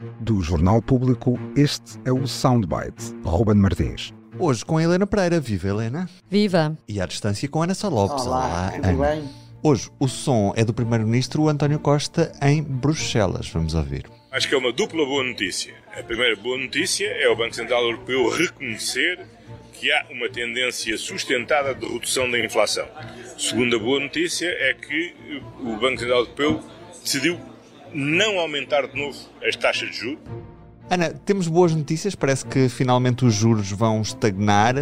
Do Jornal Público, este é o Soundbite. Ruben Martins. Hoje com a Helena Pereira. Viva, Helena. Viva. E à distância com a Ana Sá Lopes. Olá, tudo Ana. bem? Hoje o som é do Primeiro-Ministro António Costa em Bruxelas. Vamos ouvir. Acho que é uma dupla boa notícia. A primeira boa notícia é o Banco Central Europeu reconhecer que há uma tendência sustentada de redução da inflação. Segunda boa notícia é que o Banco Central Europeu decidiu não aumentar de novo as taxas de juros. Ana, temos boas notícias. Parece que finalmente os juros vão estagnar,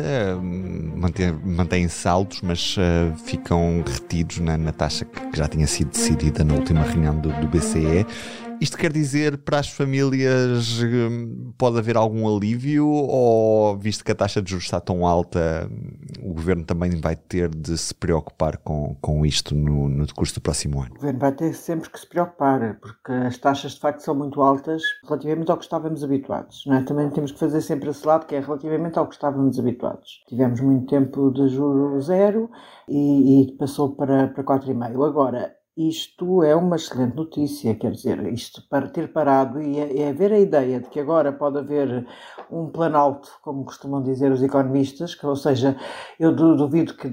mantêm-se altos, mas ficam retidos na taxa que já tinha sido decidida na última reunião do BCE. Isto quer dizer, para as famílias pode haver algum alívio, ou visto que a taxa de juros está tão alta, o Governo também vai ter de se preocupar com isto no decurso do próximo ano? O Governo vai ter sempre que se preocupar, porque as taxas de facto são muito altas relativamente ao que estávamos habituados, não é? Também temos que fazer sempre esse lado, que é relativamente ao que estávamos habituados. Tivemos muito tempo de juro zero e passou para 4,5. Agora, isto é uma excelente notícia, quer dizer, isto para ter parado e haver a ideia de que agora pode haver um planalto, como costumam dizer os economistas, ou seja, eu duvido que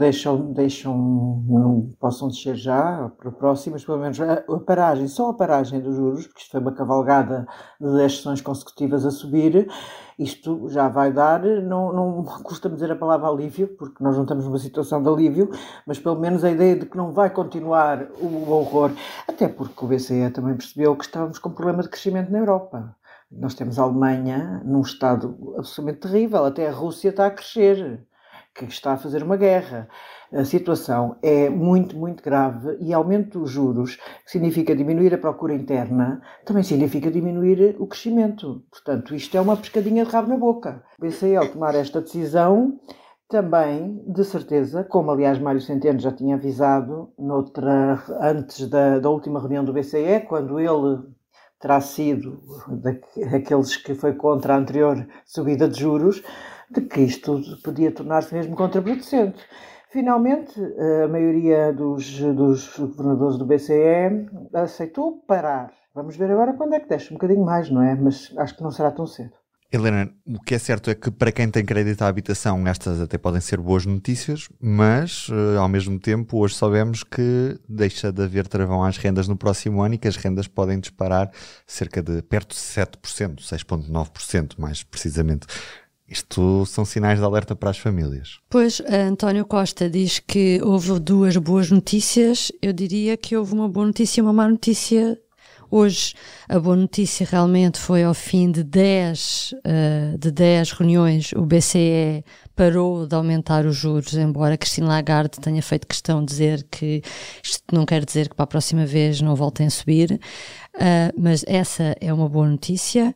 não possam descer já para o próximo, mas pelo menos só a paragem dos juros, porque isto foi uma cavalgada de 10 sessões consecutivas a subir. Isto já vai dar, não custa-me dizer a palavra alívio, porque nós não estamos numa situação de alívio, mas pelo menos a ideia de que não vai continuar o horror, até porque o BCE também percebeu que estávamos com um problema de crescimento na Europa. Nós temos a Alemanha num estado absolutamente terrível, até a Rússia está a crescer, que está a fazer uma guerra. A situação é muito, muito grave e aumento dos juros, que significa diminuir a procura interna, também significa diminuir o crescimento. Portanto, isto é uma pescadinha de rabo na boca. O BCE, ao tomar esta decisão, também, de certeza, como aliás Mário Centeno já tinha avisado antes da última reunião do BCE, quando ele terá sido daqueles que foi contra a anterior subida de juros, de que isto podia tornar-se mesmo contraproducente. Finalmente, a maioria dos governadores do BCE aceitou parar. Vamos ver agora quando é que deixa um bocadinho mais, não é? Mas acho que não será tão cedo. Helena, o que é certo é que para quem tem crédito à habitação estas até podem ser boas notícias, mas ao mesmo tempo hoje sabemos que deixa de haver travão às rendas no próximo ano e que as rendas podem disparar perto de 7%, 6,9% mais precisamente. Isto são sinais de alerta para as famílias. Pois, António Costa diz que houve duas boas notícias. Eu diria que houve uma boa notícia e uma má notícia hoje. A boa notícia realmente foi ao fim de 10 reuniões, o BCE parou de aumentar os juros, embora Christine Lagarde tenha feito questão de dizer que isto não quer dizer que para a próxima vez não voltem a subir, mas essa é uma boa notícia.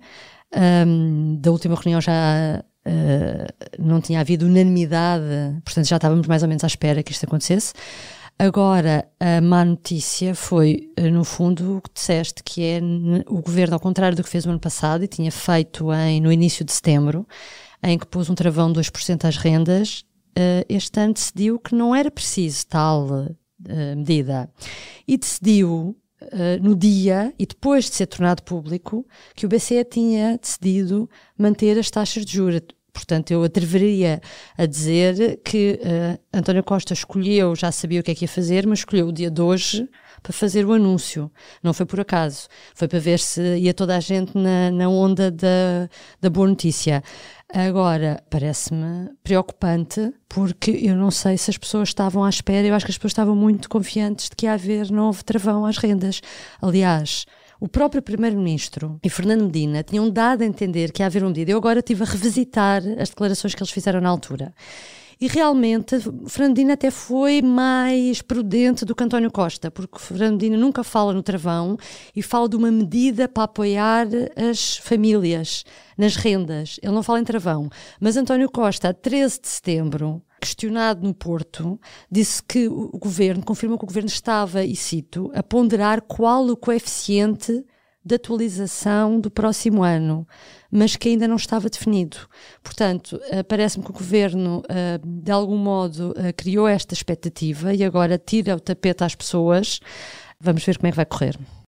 Da última reunião já não tinha havido unanimidade, portanto já estávamos mais ou menos à espera que isto acontecesse. Agora, a má notícia foi, no fundo, o que disseste, que é o Governo, ao contrário do que fez o ano passado, e tinha feito no início de setembro, em que pôs um travão de 2% às rendas, este ano decidiu que não era preciso tal medida. E decidiu, no dia, e depois de ser tornado público, que o BCE tinha decidido manter as taxas de juros. Portanto, eu atreveria a dizer que António Costa já sabia o que é que ia fazer, mas escolheu o dia de hoje para fazer o anúncio. Não foi por acaso. Foi para ver se ia toda a gente na onda da boa notícia. Agora, parece-me preocupante, porque eu não sei se as pessoas estavam à espera. Eu acho que as pessoas estavam muito confiantes de que ia haver novo travão às rendas. Aliás, o próprio Primeiro-Ministro e Fernando Medina tinham dado a entender que ia haver um medida. Eu agora estive a revisitar as declarações que eles fizeram na altura. E realmente, Fernando Medina até foi mais prudente do que António Costa, porque Fernando Medina nunca fala no travão e fala de uma medida para apoiar as famílias nas rendas. Ele não fala em travão. Mas António Costa, a 13 de setembro, questionado no Porto, disse que confirmou que o Governo estava, e cito, a ponderar qual o coeficiente de atualização do próximo ano, mas que ainda não estava definido. Portanto, parece-me que o Governo, de algum modo, criou esta expectativa e agora tira o tapete às pessoas. Vamos ver como é que vai correr.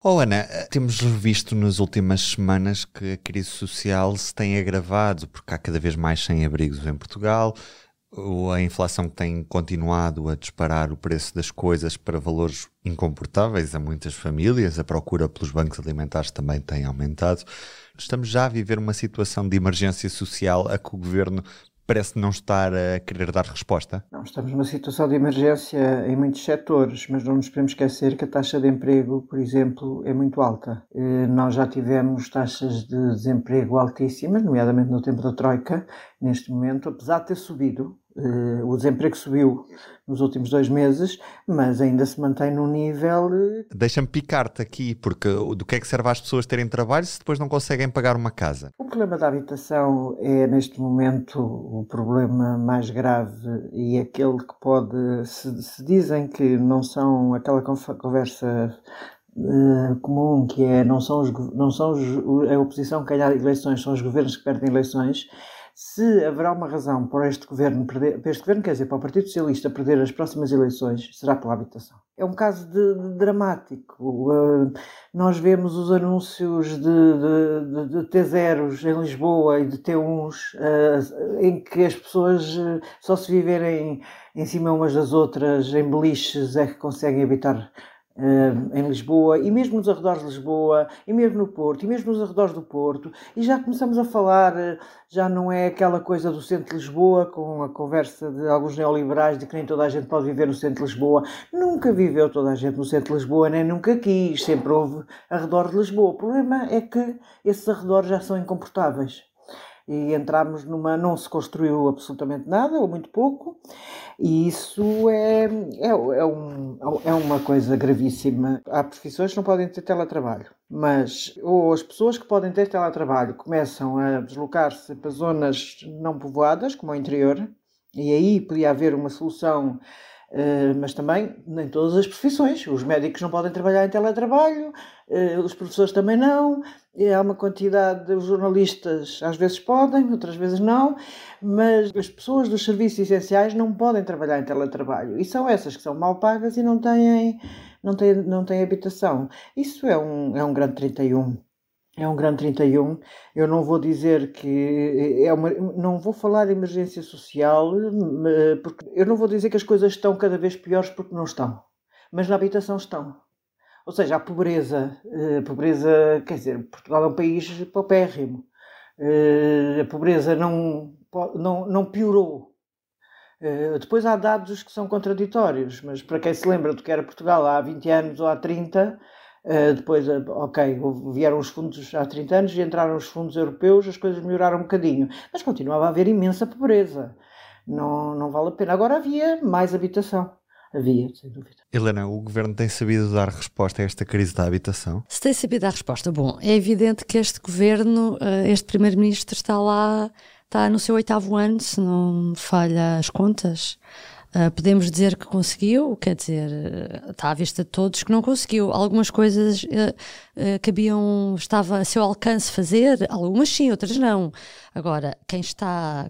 Ana, temos visto nas últimas semanas que a crise social se tem agravado, porque há cada vez mais sem-abrigos em Portugal, a inflação que tem continuado a disparar o preço das coisas para valores incomportáveis a muitas famílias, a procura pelos bancos alimentares também tem aumentado. Estamos já a viver uma situação de emergência social a que o Governo parece não estar a querer dar resposta? Não, estamos numa situação de emergência em muitos setores, mas não nos podemos esquecer que a taxa de emprego, por exemplo, é muito alta. Nós já tivemos taxas de desemprego altíssimas, nomeadamente no tempo da Troika, neste momento, apesar de ter subido. O desemprego subiu nos últimos 2 meses, mas ainda se mantém num nível... Deixa-me picar-te aqui, porque do que é que serve às pessoas terem trabalho se depois não conseguem pagar uma casa? O problema da habitação é, neste momento, o problema mais grave e aquele que pode... Se dizem que não são aquela conversa comum, que é não são a oposição que ganha eleições, são os governos que perdem eleições. Se haverá uma razão para este governo perder, quer dizer, para o Partido Socialista perder as próximas eleições, será pela habitação. É um caso dramático. Nós vemos os anúncios de T0s em Lisboa e de T1s em que as pessoas só se viverem em cima umas das outras, em beliches, é que conseguem habitar em Lisboa, e mesmo nos arredores de Lisboa, e mesmo no Porto, e mesmo nos arredores do Porto, e já começamos a falar, já não é aquela coisa do centro de Lisboa, com a conversa de alguns neoliberais de que nem toda a gente pode viver no centro de Lisboa. Nunca viveu toda a gente no centro de Lisboa, nem nunca quis, sempre houve arredor de Lisboa. O problema é que esses arredores já são incomportáveis. E entramos não se construiu absolutamente nada, ou muito pouco, e isso é uma coisa gravíssima. Há profissões que não podem ter teletrabalho, mas ou as pessoas que podem ter teletrabalho começam a deslocar-se para zonas não povoadas, como o interior, e aí podia haver uma solução. Mas também nem todas as profissões. Os médicos não podem trabalhar em teletrabalho, os professores também não, há uma quantidade de jornalistas, às vezes podem, outras vezes não, mas as pessoas dos serviços essenciais não podem trabalhar em teletrabalho, e são essas que são mal pagas e não têm habitação. Isso é um grande 31. É um grande 31. Eu não vou dizer que não vou falar de emergência social, porque eu não vou dizer que as coisas estão cada vez piores, porque não estão. Mas na habitação estão. Ou seja, a pobreza, quer dizer, Portugal é um país paupérrimo. A pobreza não piorou. Depois há dados que são contraditórios, mas para quem se lembra do que era Portugal há 20 anos ou há 30... Depois, vieram os fundos há 30 anos e entraram os fundos europeus, as coisas melhoraram um bocadinho, mas continuava a haver imensa pobreza. Não vale a pena. Agora havia mais habitação. Havia, sem dúvida. Helena, o Governo tem sabido dar resposta a esta crise da habitação? Se tem sabido dar resposta, bom, é evidente que este Governo, este Primeiro-Ministro está no seu 8º ano, se não me falha as contas. Podemos dizer que conseguiu, quer dizer, está à vista de todos que não conseguiu. Algumas coisas estava a seu alcance fazer, algumas sim, outras não. Agora, quem está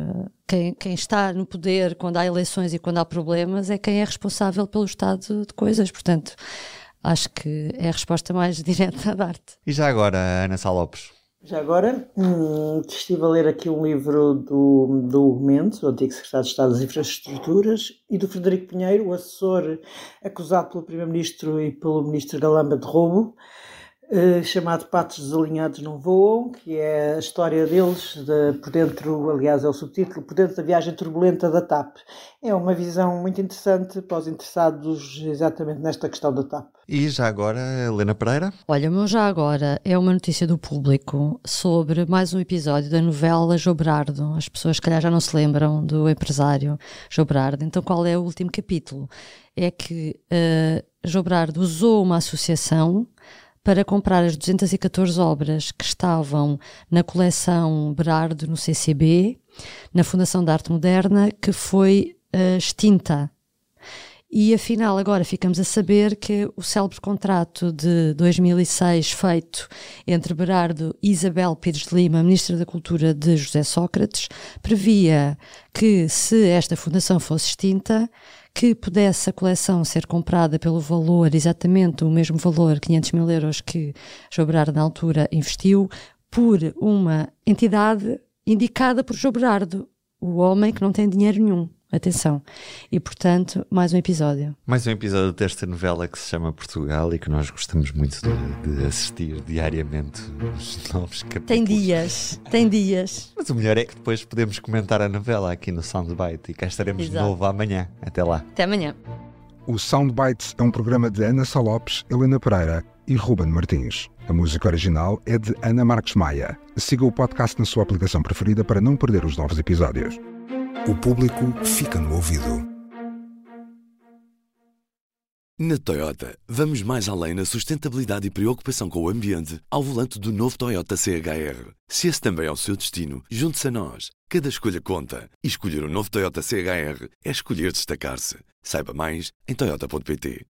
no poder quando há eleições e quando há problemas é quem é responsável pelo estado de coisas. Portanto, acho que é a resposta mais direta a dar-te. E já agora, Ana Sá Lopes? Já agora, estive a ler aqui um livro do Hugo Mendes, o antigo secretário de Estado das Infraestruturas, e do Frederico Pinheiro, o assessor acusado pelo Primeiro-Ministro e pelo Ministro Galamba de roubo, chamado Patos Desalinhados Não Voam, que é a história deles, por dentro, aliás é o subtítulo, por dentro da viagem turbulenta da TAP. É uma visão muito interessante para os interessados exatamente nesta questão da TAP. E já agora, Helena Pereira? Olha, o meu já agora é uma notícia do Público sobre mais um episódio da novela João Berardo. As pessoas, se calhar, já não se lembram do empresário João Berardo. Então, qual é o último capítulo? É que João Berardo usou uma associação para comprar as 214 obras que estavam na coleção Berardo no CCB, na Fundação de Arte Moderna, que foi extinta. E afinal agora ficamos a saber que o célebre contrato de 2006 feito entre Berardo e Isabel Pires de Lima, Ministra da Cultura de José Sócrates, previa que se esta fundação fosse extinta, que pudesse a coleção ser comprada pelo valor, exatamente o mesmo valor, 500 mil euros, que João Berardo na altura investiu, por uma entidade indicada por João Berardo, o homem que não tem dinheiro nenhum. Atenção. E, portanto, mais um episódio. Mais um episódio desta novela que se chama Portugal e que nós gostamos muito de assistir diariamente os novos capítulos. Tem dias. Mas o melhor é que depois podemos comentar a novela aqui no Soundbite e cá estaremos de novo amanhã. Até lá. Até amanhã. O Soundbites é um programa de Ana Salopes, Helena Pereira e Ruben Martins. A música original é de Ana Marques Maia. Siga o podcast na sua aplicação preferida para não perder os novos episódios. O público fica no ouvido. Na Toyota, vamos mais além na sustentabilidade e preocupação com o ambiente ao volante do novo Toyota CHR. Se esse também é o seu destino, junte-se a nós. Cada escolha conta. E escolher o novo Toyota CHR é escolher destacar-se. Saiba mais em toyota.pt.